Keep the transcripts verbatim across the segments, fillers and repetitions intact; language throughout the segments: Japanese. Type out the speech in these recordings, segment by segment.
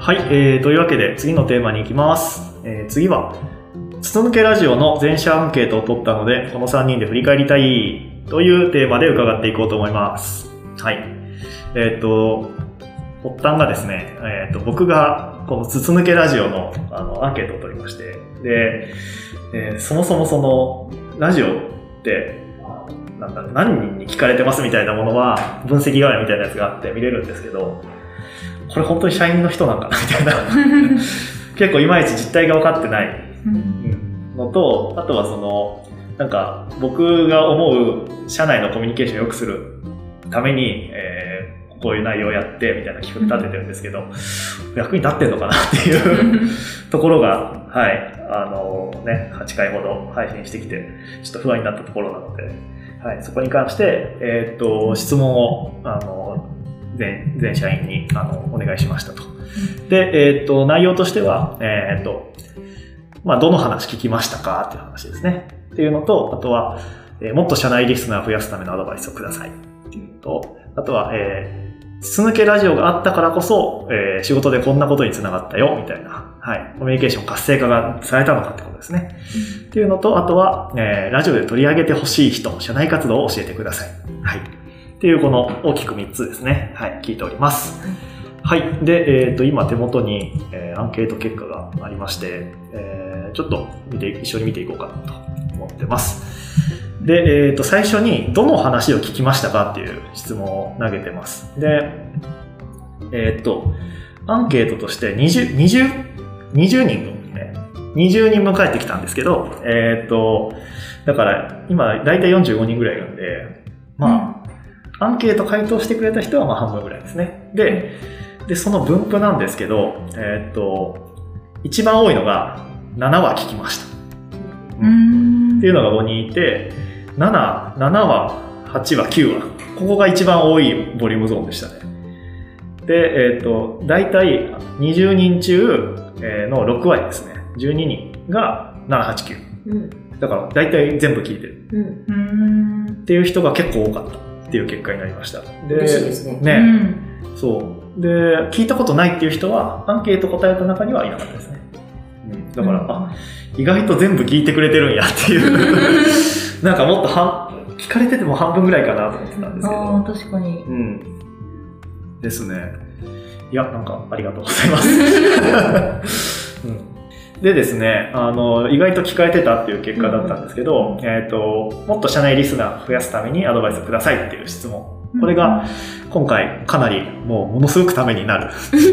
はい、えー、というわけで次のテーマに行きます。えー、次は、筒抜けラジオの全社アンケートを取ったので、このさんにんで振り返りたいというテーマで伺っていこうと思います。はい。えっ、ー、と、発端がですね、えっ、ー、と、僕がこの筒抜けラジオのあのアンケートを取りまして、で、えー、そもそもそのラジオって、なんだろう、何人に聞かれてますみたいなものは分析画面みたいなやつがあって見れるんですけど、これ本当に社員の人なんかなみたいな結構いまいち実態が分かってないのと、あとはそのなんか僕が思う社内のコミュニケーションを良くするために、えー、こういう内容をやってみたいな企画立ててるんですけど、役に立ってんのかなっていうところが、はい、あのね、はちかいほど配信してきてちょっと不安になったところなので、はい、そこに関して、えー、っと質問をあの 全, 全社員にあのお願いしましたと。で、えー、っと内容としては、えー、っとまあ、どの話聞きましたかっていう話ですね。っていうのと、あとは、えー、もっと社内リスナーを増やすためのアドバイスをくださいっていうのと、あとは、えー、筒抜けラジオがあったからこそ、えー、仕事でこんなことにつながったよみたいな、はい、コミュニケーション活性化がされたのかってことですね。うん、っていうのと、あとは、えー、ラジオで取り上げてほしい人、社内活動を教えてください。はい。っていうこの大きくみっつですね。はい、聞いております。はい。で、えっと、今手元に、えー、アンケート結果がありまして、えー、ちょっと見て、一緒に見ていこうかなと思ってます。で、えっと、最初にどの話を聞きましたかっていう質問を投げてます。で、えっと、アンケートとしてにじゅう、にじゅう、にじゅうにん分ね、にじゅうにん分返ってきたんですけど、えっと、だから今だいたいよんじゅうごにんぐらいいるんで、まあ、アンケート回答してくれた人はまあ半分ぐらいですね。で、で、その分布なんですけど、えー、っと、一番多いのがななわ聞きました。うん、っていうのがごにんいて、なな、ななわ、はちわ、きゅうわ。ここが一番多いボリュームゾーンでしたね。で、えー、っと、だいたいにじゅうにん中のろくわりですね。じゅうににんがなな、はち、きゅう。うん、だからだいたい全部聞いてる。うん、っていう人が結構多かったっていう結果になりました。で、 嬉しいですね。 ね、うん、そう。で、聞いたことないっていう人は、アンケート答えた中にはいなかったですね。うん、だから、うん、あ、意外と全部聞いてくれてるんやっていう。なんかもっと半、聞かれてても半分ぐらいかなと思ってたんですけど。 ああ、確かに。 うん。ですね。いや、なんかありがとうございます。うん、でですね、あの、意外と聞かれてたっていう結果だったんですけど、うん、えっと、もっと社内リスナー増やすためにアドバイスくださいっていう質問。これが今回かなりもうものすごくためになる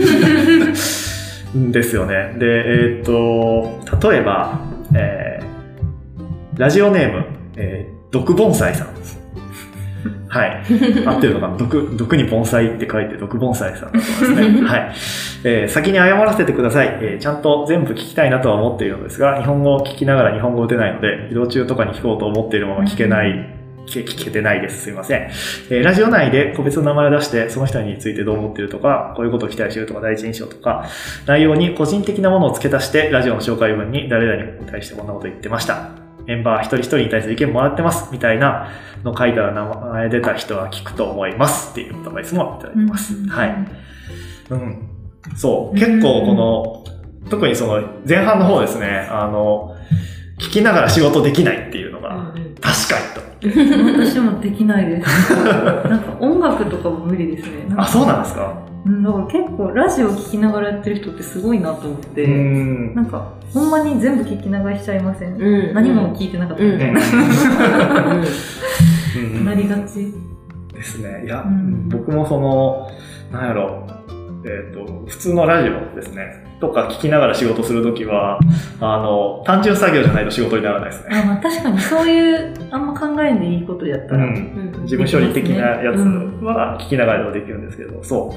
んですよね。で、えっと、例えば、えー、ラジオネーム、えー、毒盆栽さん。はい。合ってるのかな、毒、毒に盆栽って書いて毒盆栽さんだと思いますね。はい。えー、先に謝らせてください、えー。ちゃんと全部聞きたいなとは思っているのですが、日本語を聞きながら日本語を打てないので、移動中とかに聞こうと思っているまま聞けない、聞けてないです。すいません。えー、ラジオ内で個別の名前を出して、その人についてどう思っているとか、こういうことを期待しているとか、第一印象とか、内容に個人的なものを付け足して、ラジオの紹介文に誰々に対してこんなこと言ってました。メンバー一人一人に対する意見もらってます。みたいなの書いたら名前出た人は聞くと思います。っていうアドバイスもいただきます。うん、はい。うん。そう。結構この、特にその前半の方ですね、あの、聞きながら仕事できないっていうのが、確かにと。私もできないです。なんか音楽とかも無理ですね。 あ、そうなんですか？ うん、だから結構ラジオ聞きながらやってる人ってすごいなと思って、んなんかほんまに全部聞き流しちゃいません？うん、何も聞いてなかったみたいな。なりがち。 ですね。いや、うん、僕もその、なんやろ、えっと、普通のラジオですね。とか聞きながら仕事するときは、あの、単純作業じゃないと仕事にならないですね。 あ、まあ確かにそういう、あんま考えんでいいことやったら。うん、 事務処理的なやつは聞きながらでもできるんですけど、うん、そう。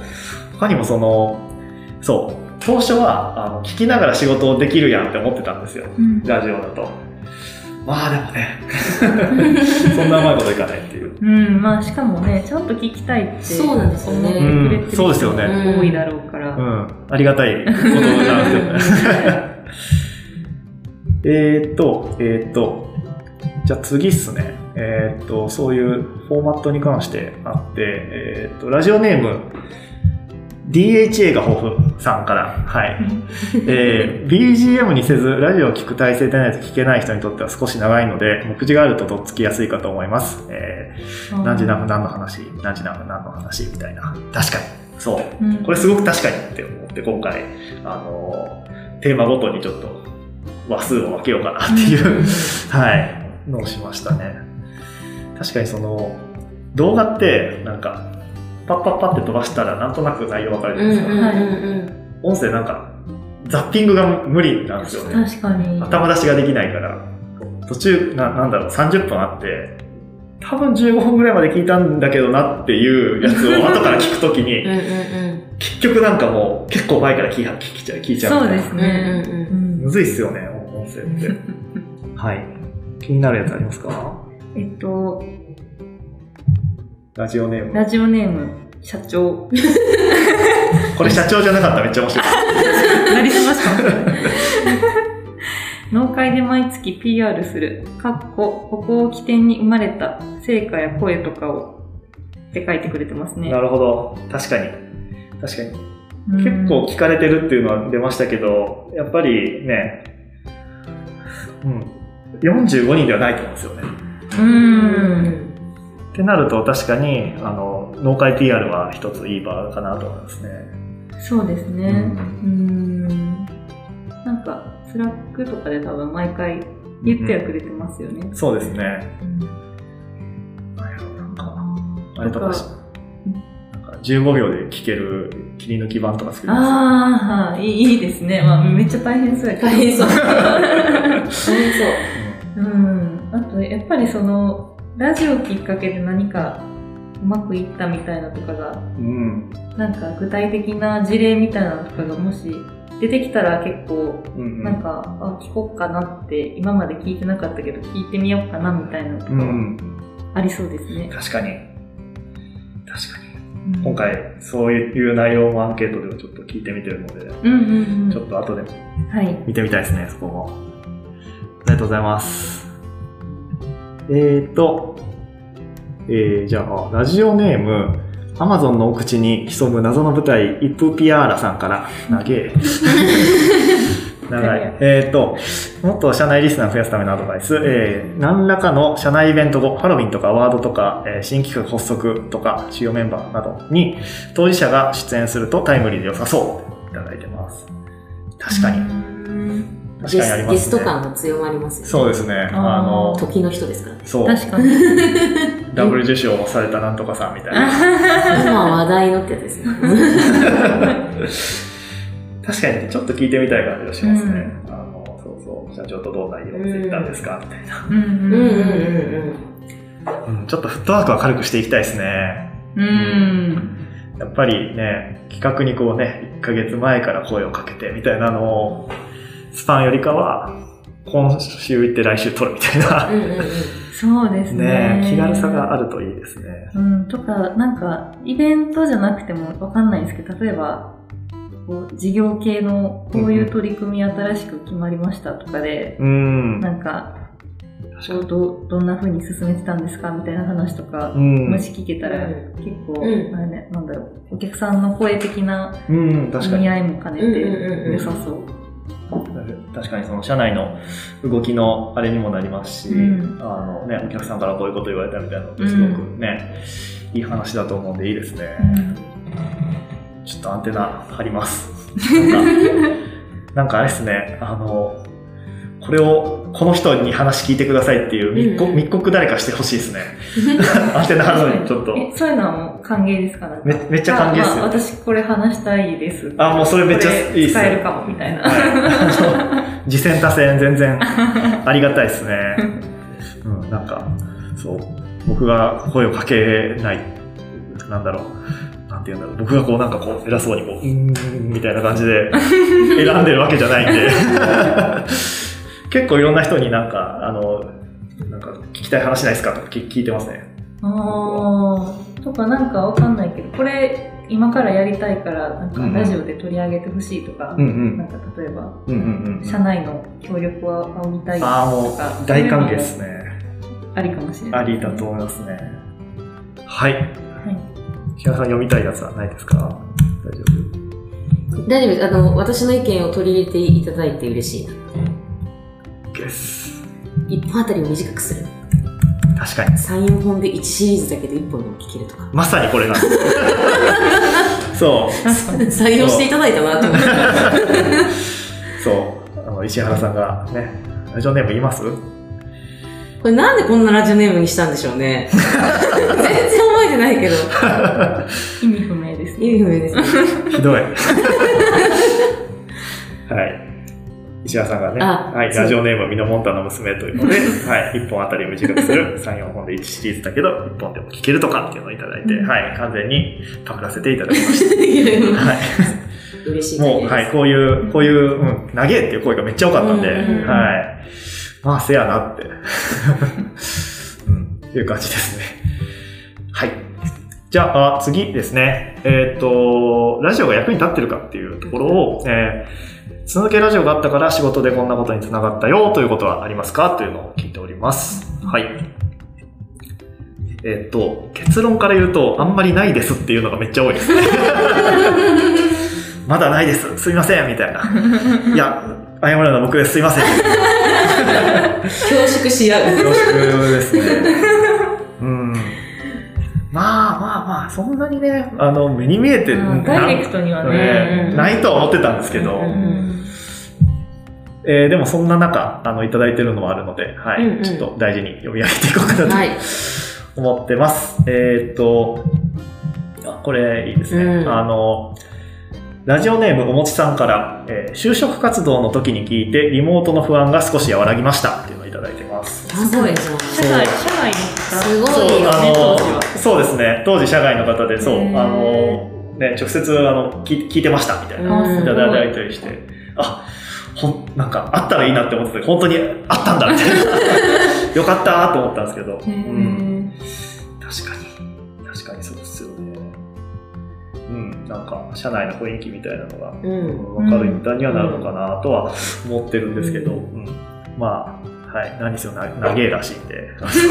他にもその、そう、当初は、あの、聞きながら仕事できるやんって思ってたんですよ。うん、ラジオだと。まあでもね、そんなうまいこといかないっていう。 うん、まあしかもね、ちゃんと聞きたいって。 そうなんですよね。 思ってくれてる人そうですよね。 多いだろうから。 うん。ありがたいことなんですけどね。えーっと、えーっと、じゃあ次っすね。えーっと、そういうフォーマットに関してあって、えーっと、ラジオネーム、ディーエイチエー が豊富。 さんから、はい。えー、ビージーエム にせず、ラジオを聞く体制でないと聞けない人にとっては少し長いので、目次があるととっつきやすいかと思います。えー、何時何分何の話、何時何分何の話みたいな。確かに。そう。うん、これすごく確かにって思って、今回、あのー、テーマごとにちょっと話数を分けようかなっていう、はい、のをしましたね。確かにその、動画って、なんか、パッパッパって飛ばしたらなんとなく内容わかるじゃないですか。うんうんうん、音声なんか、ザッピングが無理なんですよね。 確かに。 頭出しができないから。途中、な、なんだろう、さんじゅっぷんあって、多分じゅうごふんぐらいまで聞いたんだけどなっていうやつを後から聞くときに、うんうんうん、結局なんかもう結構前から聞いちゃう、聞いちゃう。 そうですね。うんうん、 むずいっすよね、音声って。はい。気になるやつありますか？ えっと、 ラジオネーム。 ラジオネーム、社長。 これ社長じゃなかったらめっちゃ面白い。 何しました農会で毎月 ピーアール する、かっこ、ここを起点に生まれた成果や声とかをって書いてくれてますね。 なるほど。確かに。確かに。結構聞かれてるっていうのは出ましたけど、やっぱりね、うん、よんじゅうごにんではないと思うんですよね。 うーん。 ってなると確かにあの農会 ピーアール は一ついい場かなと思いますね。 そうですね。うん。んなんかスラックとかで多分毎回言ってはくれてますよね。 うん、そうですね。うん、なんかあれとかなんかじゅうごびょうで聞ける切り抜き版とか作ります。 ああ、いいですね。まあめっちゃ大変そうやけど。大変そう。大変そう。うん。あとやっぱりそのラジオきっかけで何かうまくいったみたいなとかが、うん、なんか具体的な事例みたいなのとかがもし出てきたら結構、うんうん、なんか、あ、聞こうかなって今まで聞いてなかったけど聞いてみようかなみたいなのとかありそうですね。 うん、確かに。確かに。うん、今回そういう内容もアンケートでもちょっと聞いてみてるので、うんうんうん、ちょっと後でも見てみたいですね、はい、そこも。ありがとうございます。えーと、えー、じゃあ、ラジオネーム、アマゾンの奥地に潜む謎の舞台、イップピアーラさんから、長え。長い。えーと、もっと社内リスナーを増やすためのアドバイス、えー、何らかの社内イベント後、ハロウィンとかアワードとか、えー、新企画発足とか、主要メンバーなどに、当事者が出演するとタイムリーで良さそう、いただいてます。確かに。確かにありますね。 ゲスト感が強まりますよね。 そうですね。あの、 時の人ですからね。 そう。 確かに。 ダブル受賞されたなんとかさんみたいな。 今話題のってやつですね。 確かにちょっと聞いてみたい感じがしますね。うん、あの、そうそう。社長とどう内容をしていったんですかみたいな。うんうんうんうん。ちょっとフットワークは軽くしていきたいですね。うん。やっぱりね、企画にこうね、いっかげつまえから声をかけてみたいなのを、スパンよりかは、今週行って来週撮るみたいな。うんうんうん、 そうですね。 ね、気軽さがあるといいですね。 うん、とか、なんか、イベントじゃなくてもわかんないんですけど、例えば、こう事業系のこういう取り組み新しく決まりましたとかで、うん、なんか、ど, どんな風に進めてたんですかみたいな話とか、うん、もし聞けたら、結構、うん、あれね、なんだろう、お客さんの声的な意味合いも兼ねて良さそう。 確かにその社内の動きのあれにもなりますし、うん、あのね、お客さんからこういうこと言われたみたいなのってすごくね、うん、いい話だと思うんでいいですね。うん、ちょっとアンテナ張ります。なんか、なんかあれですね、あの、これをこの人に話聞いてくださいっていう密告、うん、密告誰かしてほしいですね。アンテナ張るのにちょっと。 そういうのはもう歓迎ですかね。 め, めっちゃ歓迎ですよ、 まあ。私これ話したいです。 あ、もうそれめっちゃいいですね。 使えるかもみたいな。はい、 次戦多戦全然ありがたいですね。うん、なんか、そう、僕が声をかけない、なんだろう。なんて言うんだろう。僕がこうなんかこう偉そうにこう、うーんみたいな感じで選んでるわけじゃないんで。結構いろんな人になんか、あの、なんか聞きたい話ないですかとか聞いてますね。 ああ、とかなんかわかんないけど、これ今からやりたいから、なんかラジオで取り上げてほしいとか、うんうん、なんか例えば、うんうんうん、社内の協力を仰ぎたいとか、あもう大歓迎ですね。 ありかもしれない、 ありだと思いますね。はい。はい。木原さん読みたいやつはないですか？大丈夫？ 大丈夫です。あの、私の意見を取り入れていただいて嬉しいな。 です。 いっぽんあたりを短くする。 確かに。 さん、よんほんでいちシリーズだけでいっぽんでも聞けるとか。 まさにこれなんです。そう。 採用していただいたなと思って。 そう。あの、石原さんがね、ラジオネーム言います？ これなんでこんなラジオネームにしたんでしょうね。全然覚えてないけど。 意味不明です、 ね。意味不明ですね。 ひどい。はい。石原さんがね、はい、ラジオネームミノモンタの娘というので、はい、いっぽんあたり短くするさん、よんほんでいちシリーズだけど、いっぽんでも聞けるとかっていうのをいただいて、うん、はい、完全にパクらせていただきました。はい。 嬉しい。 もう、はい、こういう、こういう、うん、投げっていう声がめっちゃ多かったんで、はい。まあ、せやなって。うん、っていう感じですね。はい。じゃあ、次ですね。えっと、ラジオが役に立ってるかっていうところを、えー続けラジオがあったから仕事でこんなことにつながったよということはありますかというのを聞いております。はい。えっと、結論から言うと、あんまりないですっていうのがめっちゃ多いですね。まだないです。すいません。みたいな。いや、謝るのは僕です。すいません。 恐縮し合う。 恐縮ですね。うん。まあまあまあ、そんなにね、あの、目に見えて、 ダイレクトにはね、 ないとは思ってたんですけど、えー、でもそんな中、あの、いただいてるのもあるので、はい、うんうん、ちょっと大事に読み上げていこうかなと、はい、思ってます。えー、っと、あ、これいいですね。うん、あの、ラジオネームおもちさんから、えー、就職活動の時に聞いてリモートの不安が少し和らぎましたっていうのをいただいてます。 すごいじゃん。 社外、社外の方。 すごいよね、当時は。そうですね。当時社外の方で、そう、あの、ね、直接あの聞、聞いてましたみたいな、いただいたりして、あ、ほん、なんかあったらいいなって思ってて、本当にあったんだみたいな。よかったと思ったんですけど、うん、確かに、確かにそうですよね。うん、なんか社内の雰囲気みたいなのが、うん、分かる一端にはなるのかなとは思ってるんですけど、うんうん、まあ、はい、何せよ長えらしいんで。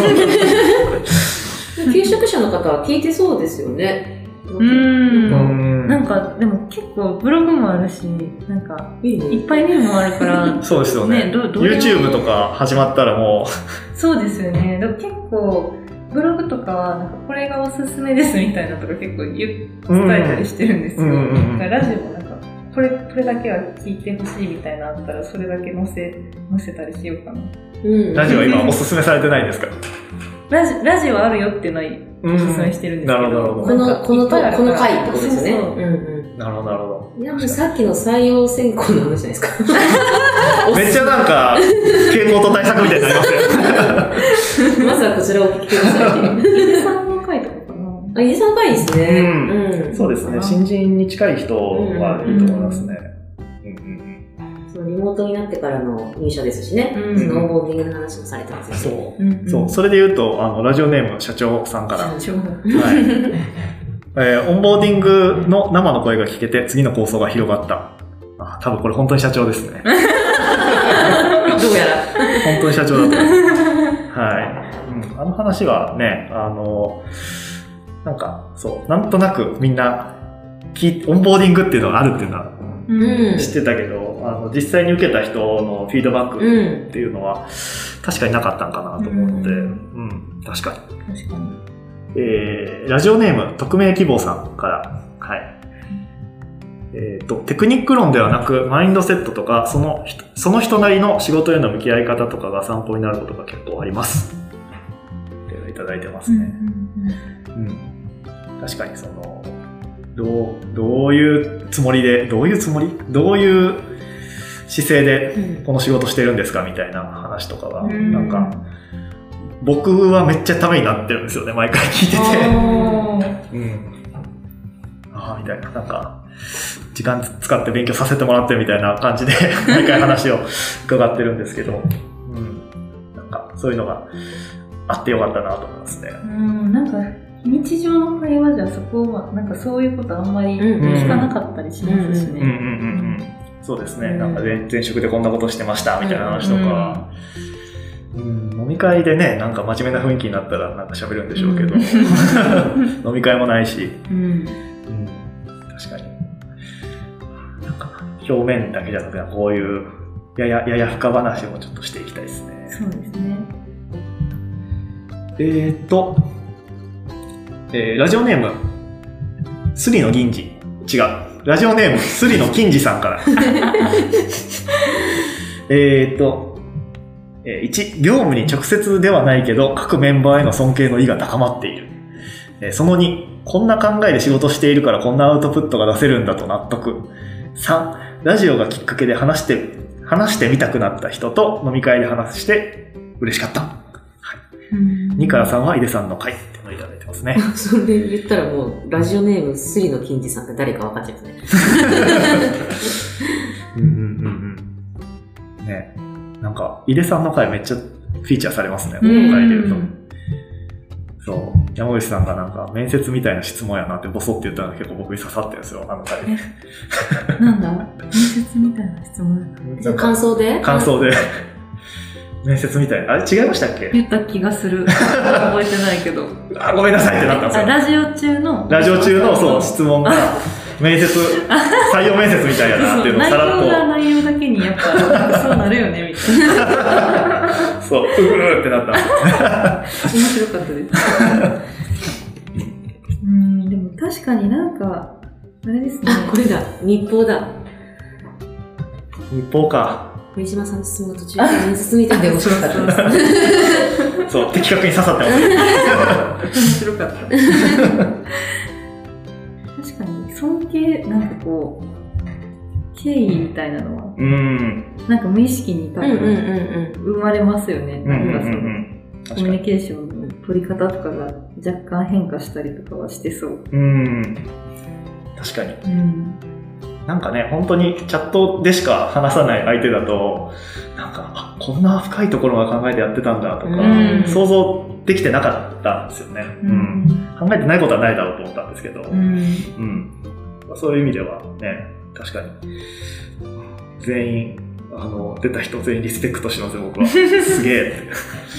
求職者の方は聞いてそうですよね。 うーん、なんかでも結構ブログもあるし、なんかいっぱい見るもあるからそうですよね。ね、どど YouTube とか始まったらもうそうですよね。でも結構ブログとかはなんかこれがおすすめですみたいなとか結構言伝えたりしてるんですよ。ラジオもなんかこれこれだけは聞いてほしいみたいなのあったらそれだけ載せ載せたりしようかな。 うん、ラジオは今おすすめされてないんですか？ ラジラジオあるよっていうのはおすすめしてるんですけど、 うん、なるほどこのこのこの回ってことですよね。 そうそう、うんうん、なるほどなるほど。 いやもうさっきの採用選考の話じゃないですか。 めっちゃなんか傾向と対策みたいになりますよ。 まずはこちらをお聞きください。 伊豆さんの回とかかな。 あ、伊豆さんの回ですね。 うんうん、そうですね。新人に近い人はいいと思いますね。 リモートになってからの入社ですしね、うん、スノーボーディングの話もされてますよね。 そう、うん、そう、それで言うと、あの、ラジオネーム社長さんから。社長。はい。えー、オンボーディングの生の声が聞けて、次の構想が広がった。あ、多分これ本当に社長ですね。どうやら。 本当に社長だと思います。はい、うん。あの話はね、あの、なんか、そう、なんとなくみんな、オンボーディングっていうのがあるっていうのは、うん、知ってたけど、あの実際に受けた人のフィードバックっていうのは確かになかったんかなと思うので、うん、うん、確かに。 確かに。 えー、ラジオネーム匿名希望さんから、はい。えっと、テクニック論ではなくマインドセットとか、その人、その人なりの仕事への向き合い方とかが参考になることが結構あります。っていうのをいただいてますね。うん、うん、確かにその、どう、どういうつもりで、どういうつもりどういう姿勢でこの仕事してるんですかみたいな話とかは、なんか、僕はめっちゃためになってるんですよね、毎回聞いてて。うん。ああ、みたいな、なんか、時間使って勉強させてもらってるみたいな感じで、毎回話を伺ってるんですけど、うん。なんか、そういうのがあってよかったなと思いますね。 うん、なんか、日常の会話じゃそこはなんかそういうことあんまり聞かなかったりしますしね。 そうですね。なんか前職でこんなことしてましたみたいな話とか、うんうん、飲み会でね、なんか真面目な雰囲気になったらなんか喋るんでしょうけど、うん、飲み会もないし、うんうん、確かに。 表面だけじゃなくて、こういうやや、やや深話もちょっとしていきたいですね。 そうですね。 えーっと、えー、ラジオネーム、スリの銀次。違う。ラジオネーム、スリの金次さんから。えーっと、いち、業務に直接ではないけど、各メンバーへの尊敬の意が高まっている。そのに、こんな考えで仕事しているからこんなアウトプットが出せるんだと納得。さん、ラジオがきっかけで話して、話してみたくなった人と飲み会で話して嬉しかった。はい。にからさんは井出さんの会っていうのをいただいてますね。 それ言ったらもう、ラジオネームスリの金次さんが誰か分かっちゃいますね。 うんうんうんうん。ね。なんか、井出さんの回めっちゃフィーチャーされますね、この回で言うと。そう。山口さんがなんか、面接みたいな質問やなってボソって言ったのが結構僕に刺さってるんですよ、あの回で。 なんだ面接みたいな質問やな。 感想で感想で。面接みたいな。あれ違いましたっけ？ 言った気がする。覚えてないけど。 あ、ごめんなさいってなったんですよ。 ラジオ中の。 ラジオ中の、そう、質問が、面接、採用面接みたいやなっていうのをさらっと。 内容が内容だけにやっぱ、そうなるよね、みたいな。 そう、うぐるってなったんです面白かったです。うん、でも確かになんか、あれですね。 あ、これだ。日報だ。 日報か。 小島さんの質問が途中で面接みたいで面白かったです。 そう、的確に刺さってます。面白かった。確かに、尊敬、なんかこう、敬意みたいなのは、 うん、 なんか無意識に多分、生まれますよね。なんかその、コミュニケーションの取り方とかが若干変化したりとかはしてそう。 うん、確かに。うんなんかね、本当にチャットでしか話さない相手だと、なんか、あ、こんな深いところが考えてやってたんだとか、想像できてなかったんですよね、うんうん。考えてないことはないだろうと思ったんですけど、うんうん、そういう意味ではね、確かに、全員、あの、出た人全員リスペクトしますよ、僕は。すげえって。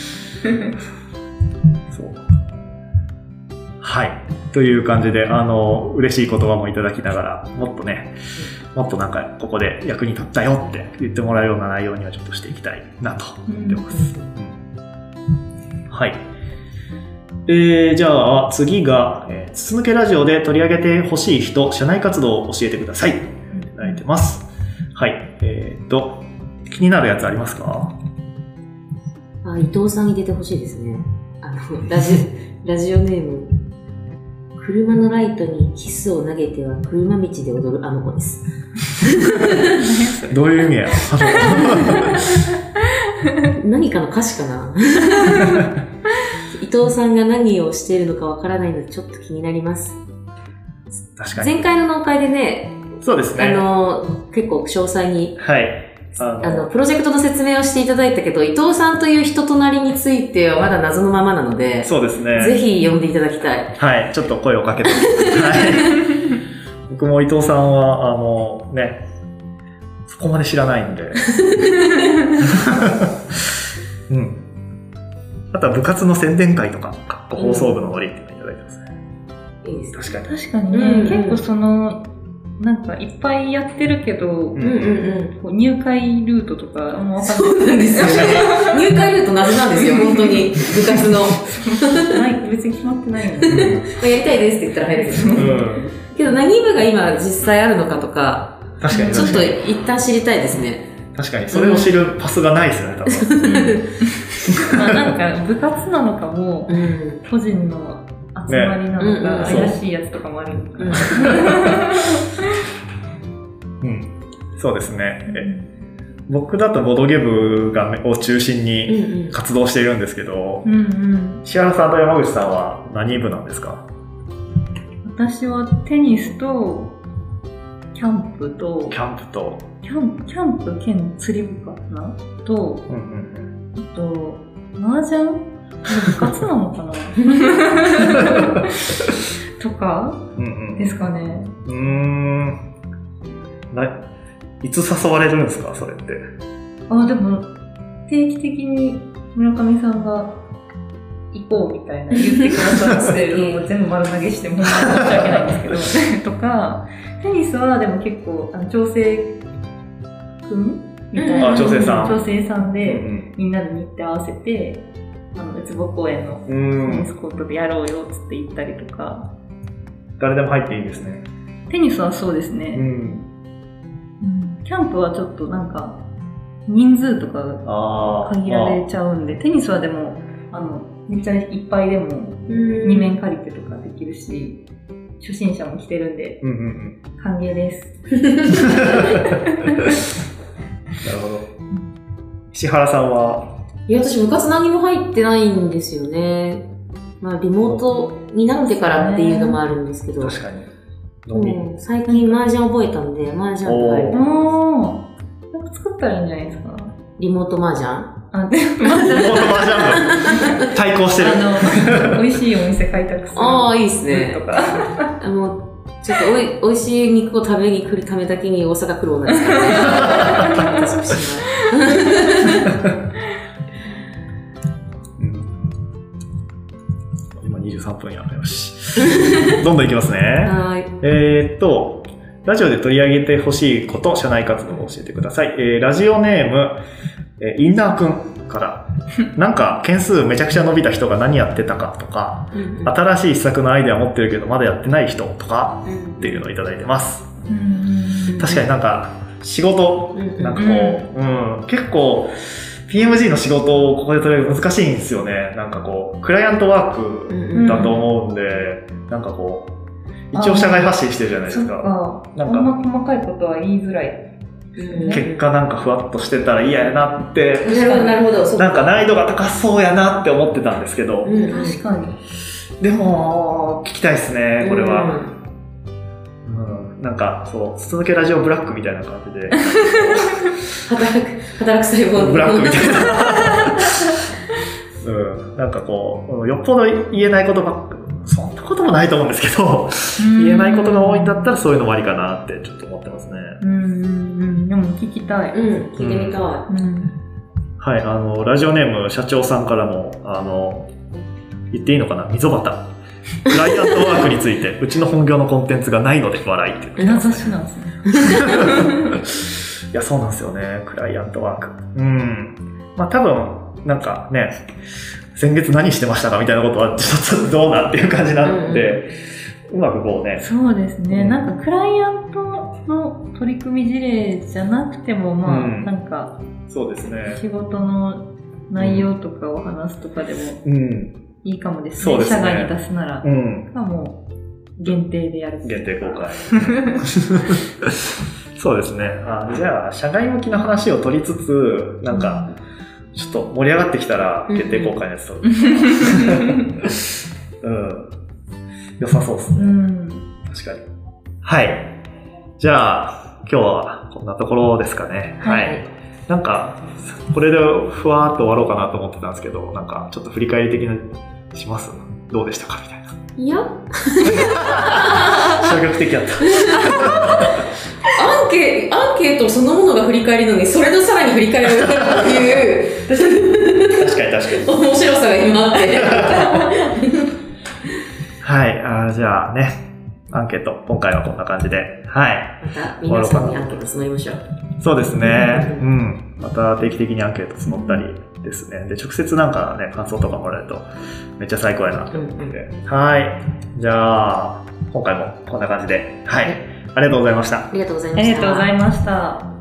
そう。はい。という感じで、あの、嬉しい言葉もいただきながら、もっとね、もっとなんか、ここで役に立ったよって言ってもらうような内容にはちょっとしていきたいなと思ってます。うんうん、はい。えー、じゃあ、次が、えー、筒抜けラジオで取り上げてほしい人、社内活動を教えてください。いただいてます。はい。えーと、気になるやつありますか？ あ、伊藤さんに出てほしいですね。あの、ラジ、ラジオネーム。車のライトにキスを投げては車道で踊るあの子です。 どういう意味や何かの歌詞かな伊藤さんが何をしているのかわからないのでちょっと気になります。 確かに。 前回の納会でね、 そうですね。 あの、結構詳細に、 はい。 あの、あのプロジェクトの説明をしていただいたけど、伊藤さんという人となりについてはまだ謎のままなので、 そうですね。 ぜひ呼んでいただきたい。 はい、ちょっと声をかけて。はい。僕も伊藤さんは、あの、ね、そこまで知らないんで。うん。あとは部活の宣伝会とか、かっこ放送部のノリっていうのをいただいてますね。 いいですね。確かに。 確かにね、うんうん、結構その、なんかいっぱいやってるけど、うんうんうん、こう入会ルートとかあんま分かんない。 そうなんですよね。入会ルート謎なんですよ、本当に。部活の。 別に決まってないので。 やりたいですって言ったら入るんですよ。うん、けど何部が今実際あるのかとか、 確かにちょっと一旦知りたいですね。 確かに、それを知るパスがないですよね、多分。 まあなんか部活なのかも、個人の集まりなのか、ね、怪しいやつとかもあるのか、うんうん、そうですね。僕だとボドゲ部がを中心に活動しているんですけど、うんうん、石原さんと山口さんは何部なんですか？ 私はテニスとキャンプとキャンプとキャンプ、キャンプ兼釣り部かなと、うんうんうん、あと麻雀部活なのかなとか、うんうん、ですかね。 うーん。ないつ誘われるんですか、それって。 あ、でも定期的に村上さんが行こうみたいな言ってくださってるのを全部丸投げしても申し訳ないんですけどとか、テニスはでも結構あの調整くんみたいな。 あ、女性さん。 女性さんで、 うんうん、 みんなで日程合わせて、あの、うつぼ公園のテニスコートでやろうよっつって言ったりとか。 誰でも入っていいんですね。 テニスはそうですね。うんうん、キャンプはちょっとなんか、人数とかが限られちゃうんで、テニスはでも、あの、めっちゃいっぱいでも、に面借りてとかできるし、初心者も来てるんで、うんうんうん、歓迎です。 なるほど。石原さんは？ いや、私部活何も入ってないんですよね。まあ、リモートになってからっていうのもあるんですけど。 確かに。 うん、最近麻雀覚えたんで、麻雀って入る。 おー。なんか作ったらいいんじゃないですか？ リモート麻雀？ あ、でも、 リモート麻雀部対抗してる。 あの、美味しいお店開拓する。 ああ、いいっすね。 とか。 あの、ちょっとおい、美味しい肉を食べに来るためだけに大阪来る女ですからね。 今にじゅうさんぷんや。よし。どんどんいきますね。 はい。 えーっと、ラジオで取り上げてほしいこと、社内活動を教えてください。えー、ラジオネーム、えー、インナーくんから、なんか件数めちゃくちゃ伸びた人が何やってたかとか、うんうん、新しい施策のアイデア持ってるけどまだやってない人とか、うん、っていうのをいただいてます。うん、確かになんか、仕事、うん、なんかこう、うんうん、結構、ピーエムジー の仕事をここで取れる難しいんですよね。なんかこう、クライアントワークだと思うんで、うん、なんかこう、一応社外発信してるじゃないですか。 なんか、あんま細かいことは言いづらい。 結果なんかふわっとしてたら嫌やなって、 なるほど、 なんか難易度が高そうやなって思ってたんですけど、 うん、確かに。 でも、聞きたいですね、これは。うんうん、なんか、そう、筒抜けラジオブラックみたいな感じで。 働く、働く細胞ブラックみたいな。うん、なんかこう、よっぽど言えないことばっか、そんなこともないと思うんですけど、言えないことが多いんだったらそういうのもありかなってちょっと思ってますね。 うんうんうん、でも聞きたい。 うん、聞いてみたい。うん、 はい、あの、ラジオネーム社長さんからも、あの、言っていいのかな、溝端。クライアントワークについて、うちの本業のコンテンツがないので笑いって言ってます、ね。 名指しなんですね。 いや、そうなんですよね、クライアントワーク。うん。まあ多分、なんかね、先月何してましたかみたいなことはちょっとどうなっていう感じなんで、うん、うまくこうね。 そうですね、うん、なんかクライアントの取り組み事例じゃなくても、まあ、うん、なんか、 そうですね。 仕事の内容とかを話すとかでもいいかもですね。 うん、そうですね。 社外に出すなら。うん。がもう、限定でやる。 限定公開。そうですね。あ、じゃあ、社外向きの話を取りつつ、なんか、うん、ちょっと盛り上がってきたら、限定公開のやつと。うん。良さそうですね。うん。確かに。はい。じゃあ、今日はこんなところですかね。はい。はい、なんか、これでふわーっと終わろうかなと思ってたんですけど、なんか、ちょっと振り返り的な、します？どうでしたかみたいな。 いや。 消極的だった。 アンケ、アンケートそのものが振り返りなのに、それのさらに振り返るっていう。 確かに確かに。 面白さが今あって。 はい、あ、じゃあね、アンケート、今回はこんな感じで、はい。 また皆さんにアンケート募りましょう。 そうですね、うん。また定期的にアンケート募ったりですね。で、直接なんかね、感想とかもらえると、めっちゃ最高やなと思って。うんうん、はい。じゃあ、今回もこんな感じで、はい。ありがとうございました。 ありがとうございました。 ありがとうございました。